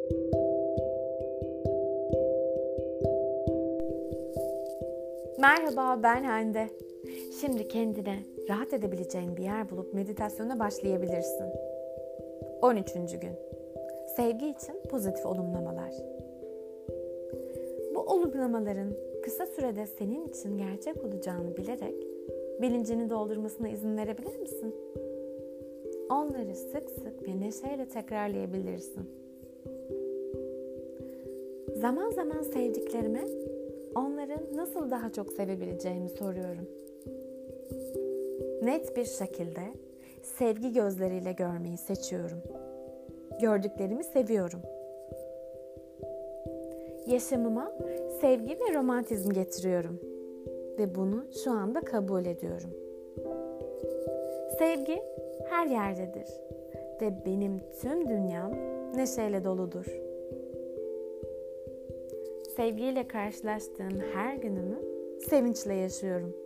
Merhaba, ben Hande. Şimdi kendine rahat edebileceğin bir yer bulup meditasyona başlayabilirsin. 13. gün. Sevgi için pozitif olumlamalar. Bu olumlamaların kısa sürede senin için gerçek olacağını bilerek bilincini doldurmasına izin verebilir misin? Onları sık sık ve neşeyle tekrarlayabilirsin. Zaman zaman sevdiklerime onları nasıl daha çok sevebileceğimi soruyorum. Net bir şekilde sevgi gözleriyle görmeyi seçiyorum. Gördüklerimi seviyorum. Yaşamıma sevgi ve romantizm getiriyorum ve bunu şu anda kabul ediyorum. Sevgi her yerdedir ve benim tüm dünyam neşeyle doludur. Sevgiyle karşılaştığım her günümü sevinçle yaşıyorum.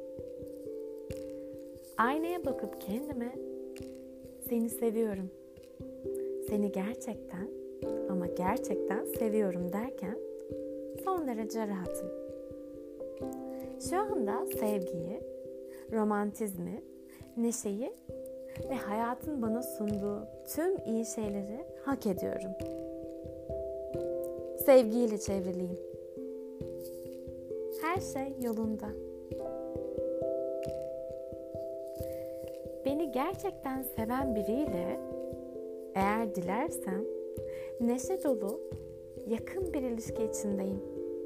Aynaya bakıp kendime seni seviyorum, seni gerçekten ama gerçekten seviyorum derken son derece rahatım. Şu anda sevgiyi, romantizmi, neşeyi ve hayatın bana sunduğu tüm iyi şeyleri hak ediyorum. Sevgiyle çevriliyim. Her şey yolunda. Beni gerçekten seven biriyle eğer dilersem neşe dolu, yakın bir ilişki içindeyim.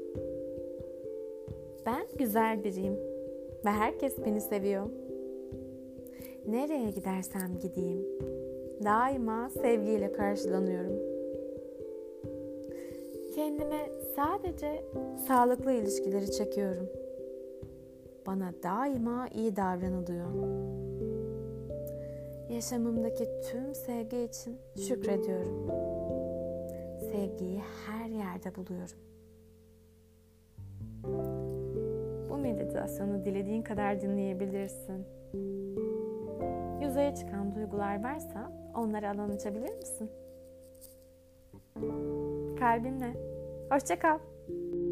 Ben güzel biriyim ve herkes beni seviyor. Nereye gidersem gideyim, daima sevgiyle karşılanıyorum. Kendime sadece sağlıklı ilişkileri çekiyorum. Bana daima iyi davranılıyor. Yaşamımdaki tüm sevgi için şükrediyorum. Sevgiyi her yerde buluyorum. Bu meditasyonu dilediğin kadar dinleyebilirsin. Yüzeye çıkan duygular varsa onlara alan açabilir misin? Kalbinle. Hoşça kal.